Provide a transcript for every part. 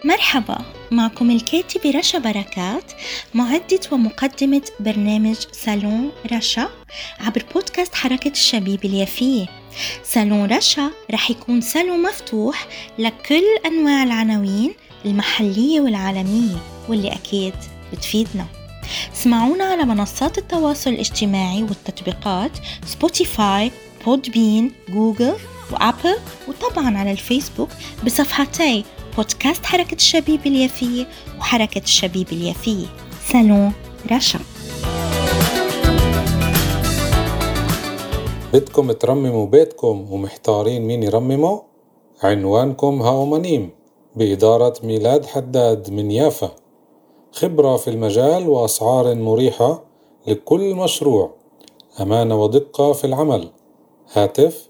مرحبا، معكم الكاتبة رشا بركات، معدة ومقدمة برنامج صالون رشا عبر بودكاست حركة الشبيب اليافية. صالون رشا رح يكون صالون مفتوح لكل أنواع العناوين المحلية والعالمية واللي أكيد بتفيدنا. اسمعونا على منصات التواصل الاجتماعي والتطبيقات سبوتيفاي، بودبين، جوجل وأبل، وطبعا على الفيسبوك بصفحتي بودكاست حركة الشبيب اليافية وحركة الشبيب اليافية. صالون رشا. بدكم ترمموا بيتكم ومحتارين مين يرممه؟ عنوانكم هاومانيم بإدارة ميلاد حداد من يافا. خبرة في المجال وأسعار مريحة لكل مشروع، أمانة ودقة في العمل. هاتف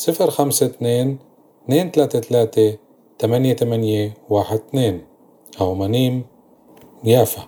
052-233-8812. هاومانيم يافا.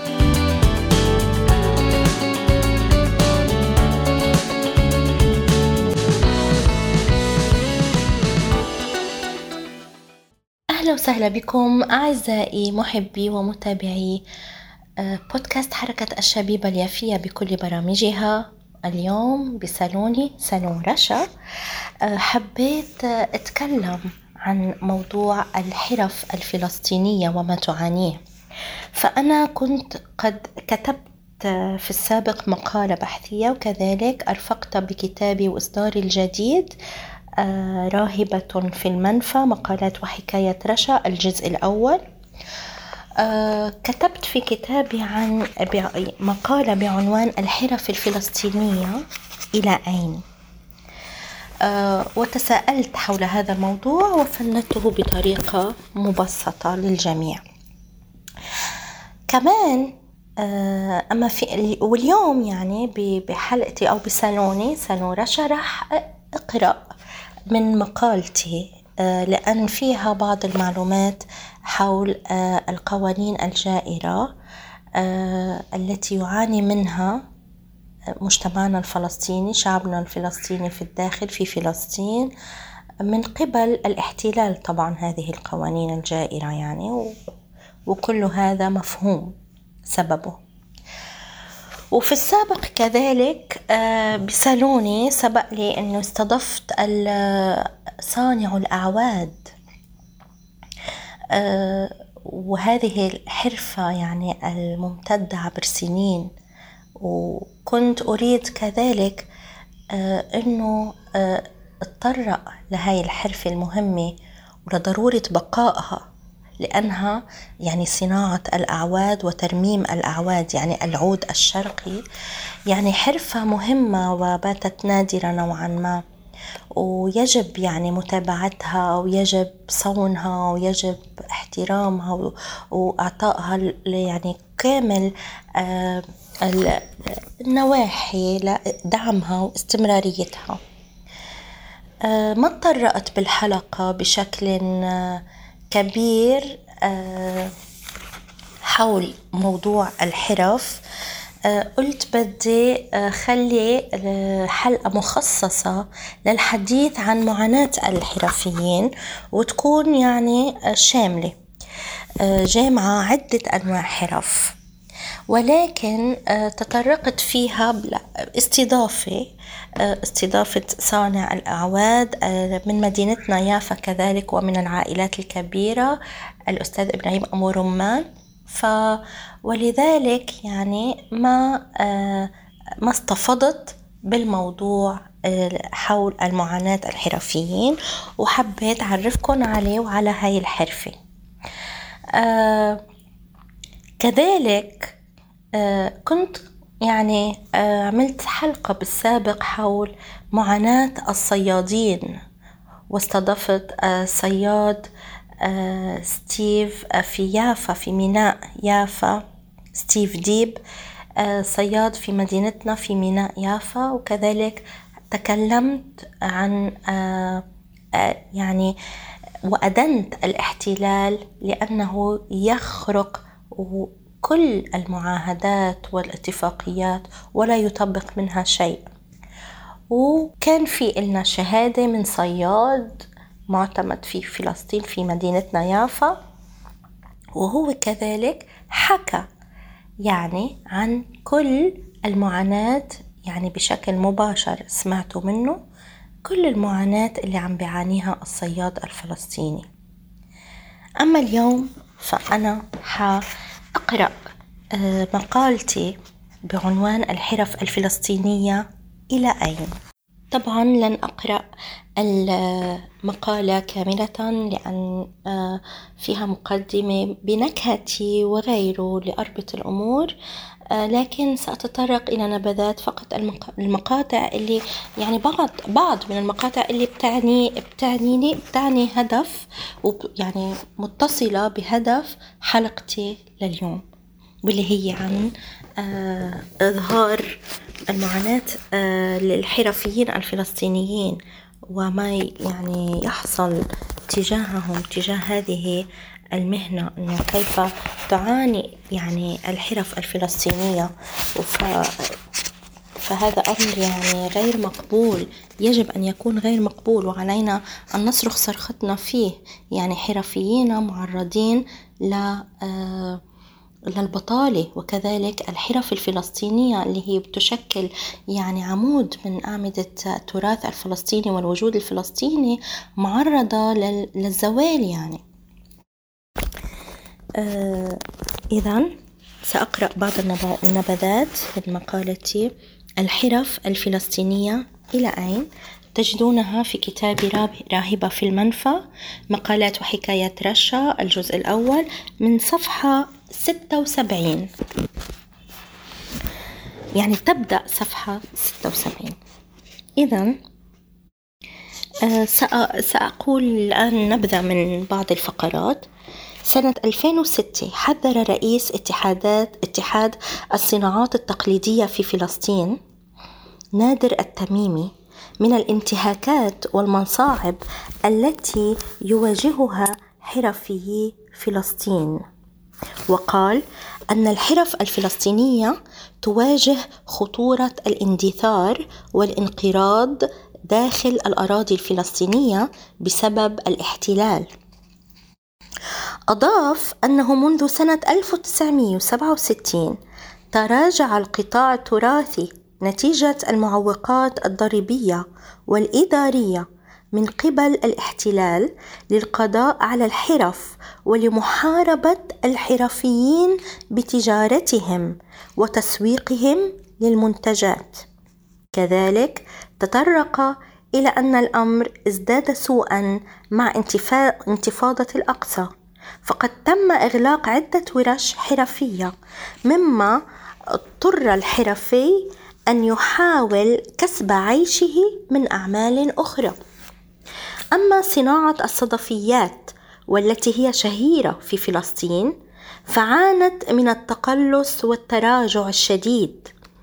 أهلا وسهلا بكم أعزائي محبي ومتابعي بودكاست حركة الشبيب اليافية بكل برامجها. اليوم بصالوني صالون رشا حبيت أتكلم عن موضوع الحرف الفلسطينية وما تعانيه. فأنا كنت قد كتبت في السابق مقالة بحثية، وكذلك أرفقت بكتابي وإصداري الجديد راهبة في المنفى، مقالات وحكاية رشا الجزء الأول. كتبت في كتابي عن مقالة بعنوان الحرف الفلسطينية إلى أين؟ وتساءلت حول هذا الموضوع وفندته بطريقة مبسطة للجميع. كمان واليوم يعني بحلقتي أو بصالوني صالون رشا راح أقرأ من مقالتي لأن فيها بعض المعلومات حول القوانين الجائرة التي يعاني منها مجتمعنا الفلسطيني، شعبنا الفلسطيني في الداخل في فلسطين من قبل الاحتلال. طبعا هذه القوانين الجائرة يعني وكل هذا مفهوم سببه. وفي السابق كذلك بصالوني سبق لي أنه استضفت صانع الأعواد، وهذه الحرفة يعني الممتدة عبر سنين، وكنت أريد كذلك أنه أتطرق لهاي الحرفة المهمة ولضرورة بقائها، لأنها يعني صناعة الأعواد وترميم الأعواد يعني العود الشرقي يعني حرفة مهمة وباتت نادرة نوعا ما، ويجب يعني متابعتها ويجب صونها ويجب احترامها وإعطائها يعني كامل النواحي لدعمها واستمراريتها. ما تطرقت بالحلقة بشكل كبير حول موضوع الحرف. قلت بدي خلي حلقة مخصصة للحديث عن معاناة الحرفيين وتكون يعني شاملة جامعة عدة أنواع حرف، ولكن تطرقت فيها استضافة صانع الأعواد من مدينتنا يافا كذلك ومن العائلات الكبيرة الأستاذ إبراهيم أبو رمان. ولذلك يعني ما استفضت بالموضوع حول المعاناة الحرفيين، وحبيت أعرفكم عليه وعلى هاي الحرفة. كذلك كنت يعني عملت حلقة بالسابق حول معاناة الصيادين، واستضفت صياد ستيف في يافا في ميناء يافا، ستيف ديب صياد في مدينتنا في ميناء يافا. وكذلك تكلمت عن يعني وأدنت الاحتلال لأنه يخرق كل المعاهدات والاتفاقيات ولا يطبق منها شيء. وكان في لنا شهادة من صياد معتمد في فلسطين في مدينتنا يافا وهو كذلك حكى يعني عن كل المعاناة، يعني بشكل مباشر سمعتوا منه كل المعاناة اللي عم بيعانيها الصياد الفلسطيني. أما اليوم فأنا حأقرأ مقالتي بعنوان الحرف الفلسطينية إلى أين؟ طبعا لن أقرأ المقالة كاملة لأن فيها مقدمة بنكهتي وغيره لأربط الأمور، لكن سأتطرق إلى نبذات فقط المقاطع اللي يعني بعض من المقاطع اللي بتعني هدف يعني متصلة بهدف حلقتي لليوم، واللي هي عن إظهار المعاناة للحرفيين الفلسطينيين وما يعني يحصل تجاههم تجاه هذه المهنة، إنه كيف تعاني يعني الحرف الفلسطينية. فهذا أمر يعني غير مقبول، يجب أن يكون غير مقبول، وعلينا أن نصرخ صرختنا فيه. يعني حرفيين معرضين للبطالة، وكذلك الحرف الفلسطينية اللي هي بتشكل يعني عمود من أعمدة التراث الفلسطيني والوجود الفلسطيني معرضة للزوال يعني. إذن سأقرأ بعض النبذات من مقالتي الحرف الفلسطينية إلى أين؟ تجدونها في كتاب راهبة في المنفى، مقالات وحكايات رشا، الجزء الأول من صفحة 76، يعني تبدأ صفحة 76. إذن سأقول الآن نبذة من بعض الفقرات. سنة 2006 حذر رئيس اتحاد الصناعات التقليدية في فلسطين نادر التميمي من الانتهاكات والمصاعب التي يواجهها حرفيي فلسطين، وقال أن الحرف الفلسطينية تواجه خطورة الاندثار والانقراض داخل الأراضي الفلسطينية بسبب الاحتلال. أضاف أنه منذ سنة 1967 تراجع القطاع التراثي نتيجة المعوقات الضريبية والإدارية من قبل الاحتلال للقضاء على الحرف ولمحاربة الحرفيين بتجارتهم وتسويقهم للمنتجات. كذلك تطرق إلى أن الأمر ازداد سوءا مع انتفاضة الأقصى، فقد تم إغلاق عدة ورش حرفية، مما اضطر الحرفي أن يحاول كسب عيشه من أعمال أخرى. أما صناعة الصدفيات والتي هي شهيرة في فلسطين فعانت من التقلص والتراجع الشديد،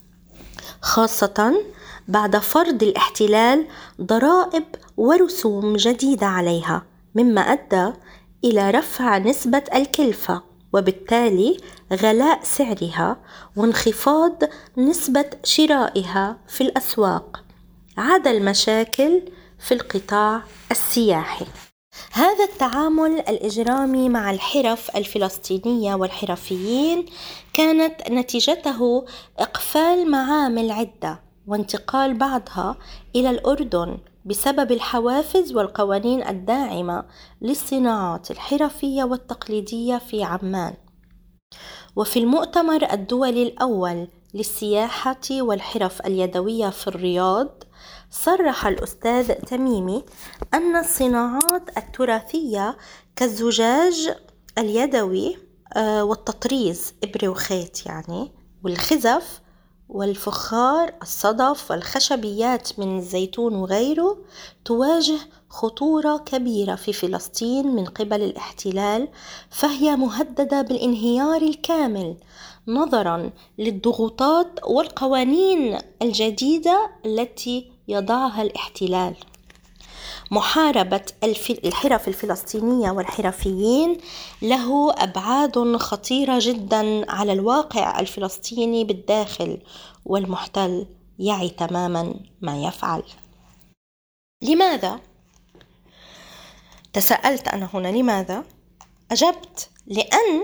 خاصة بعد فرض الاحتلال ضرائب ورسوم جديدة عليها، مما أدى إلى رفع نسبة الكلفة وبالتالي غلاء سعرها وانخفاض نسبة شرائها في الأسواق، عدا المشاكل في القطاع السياحي. هذا التعامل الإجرامي مع الحرف الفلسطينية والحرفيين كانت نتيجته إقفال معامل عدة وانتقال بعضها إلى الأردن بسبب الحوافز والقوانين الداعمة للصناعات الحرفية والتقليدية في عمان. وفي المؤتمر الدولي الأول للسياحة والحرف اليدوية في الرياض صرح الأستاذ تميمي أن الصناعات التراثية كالزجاج اليدوي والتطريز إبر وخيط يعني، والخزف والفخار الصدف والخشبيات من الزيتون وغيره تواجه خطورة كبيرة في فلسطين من قبل الاحتلال، فهي مهددة بالانهيار الكامل نظرا للضغوطات والقوانين الجديدة التي يضعها الاحتلال. محاربة الحرف الفلسطينية والحرفيين له أبعاد خطيرة جدا على الواقع الفلسطيني بالداخل، والمحتل يعي تماما ما يفعل. لماذا؟ تساءلت أنا هنا لماذا؟ أجبت لأن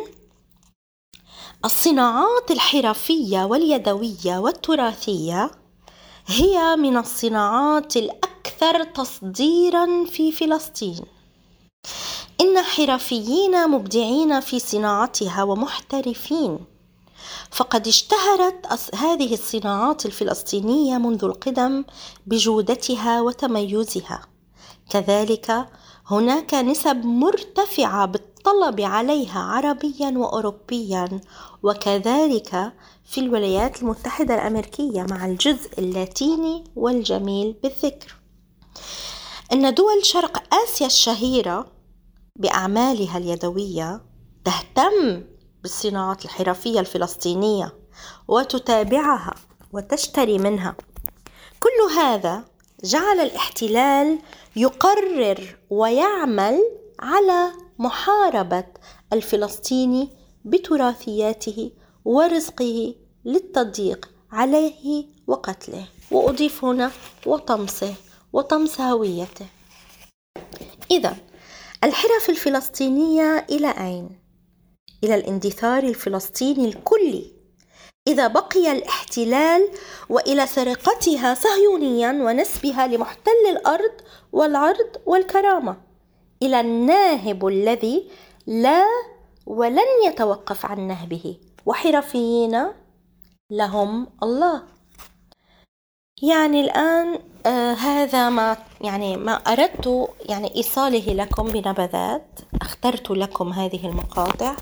الصناعات الحرفية واليدوية والتراثية هي من الصناعات الأكثر تصديراً في فلسطين. إن حرفيين مبدعين في صناعتها ومحترفين، فقد اشتهرت هذه الصناعات الفلسطينية منذ القدم بجودتها وتميزها. كذلك هناك نسب مرتفعة بالطلب عليها عربيا وأوروبيا، وكذلك في الولايات المتحدة الأمريكية مع الجزء اللاتيني والجميل بالذكر. إن دول شرق آسيا الشهيرة بأعمالها اليدوية تهتم بالصناعات الحرفية الفلسطينية وتتابعها وتشتري منها. كل هذا جعل الاحتلال يقرر ويعمل على محاربة الفلسطيني بتراثياته ورزقه للتضييق عليه وقتله، وأضيف هنا وطمس هويته. إذا الحرف الفلسطينية إلى أين؟ إلى الاندثار الفلسطيني الكلي إذا بقي الاحتلال، وإلى سرقتها صهيونيا ونسبها لمحتل الأرض والعرض والكرامة، إلى الناهب الذي لا ولن يتوقف عن نهبه، وحرفيين لهم الله. يعني الآن هذا ما أردت إيصاله لكم بنبذات. اخترت لكم هذه المقاطع،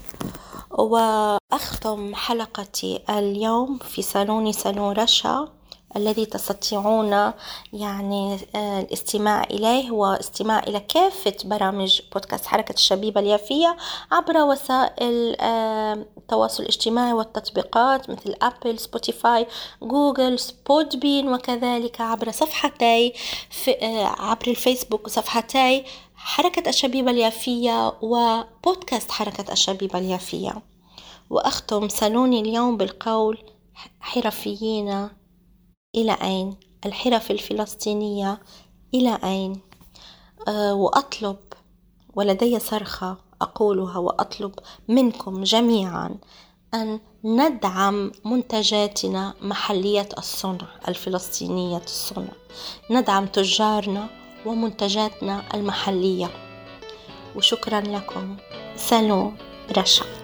وأختم حلقتي اليوم في صالون رشا الذي تستطيعون الاستماع إليه واستماع إلى كافة برامج بودكاست حركة الشبيبة اليافية عبر وسائل التواصل الاجتماعي والتطبيقات مثل أبل، سبوتيفاي، جوجل، سبودبين، وكذلك عبر صفحتي عبر الفيسبوك صفحتي حركة الشبيبة اليافية وبودكاست حركة الشبيبة اليافية. وأختم صالوني اليوم بالقول: حرفيين إلى أين؟ الحرف الفلسطينية إلى أين؟ وأطلب، ولدي صرخة أقولها وأطلب منكم جميعا أن ندعم منتجاتنا محلية الصنع الفلسطينية الصنع، ندعم تجارنا ومنتجاتنا المحلية. وشكرا لكم. سالون رشا.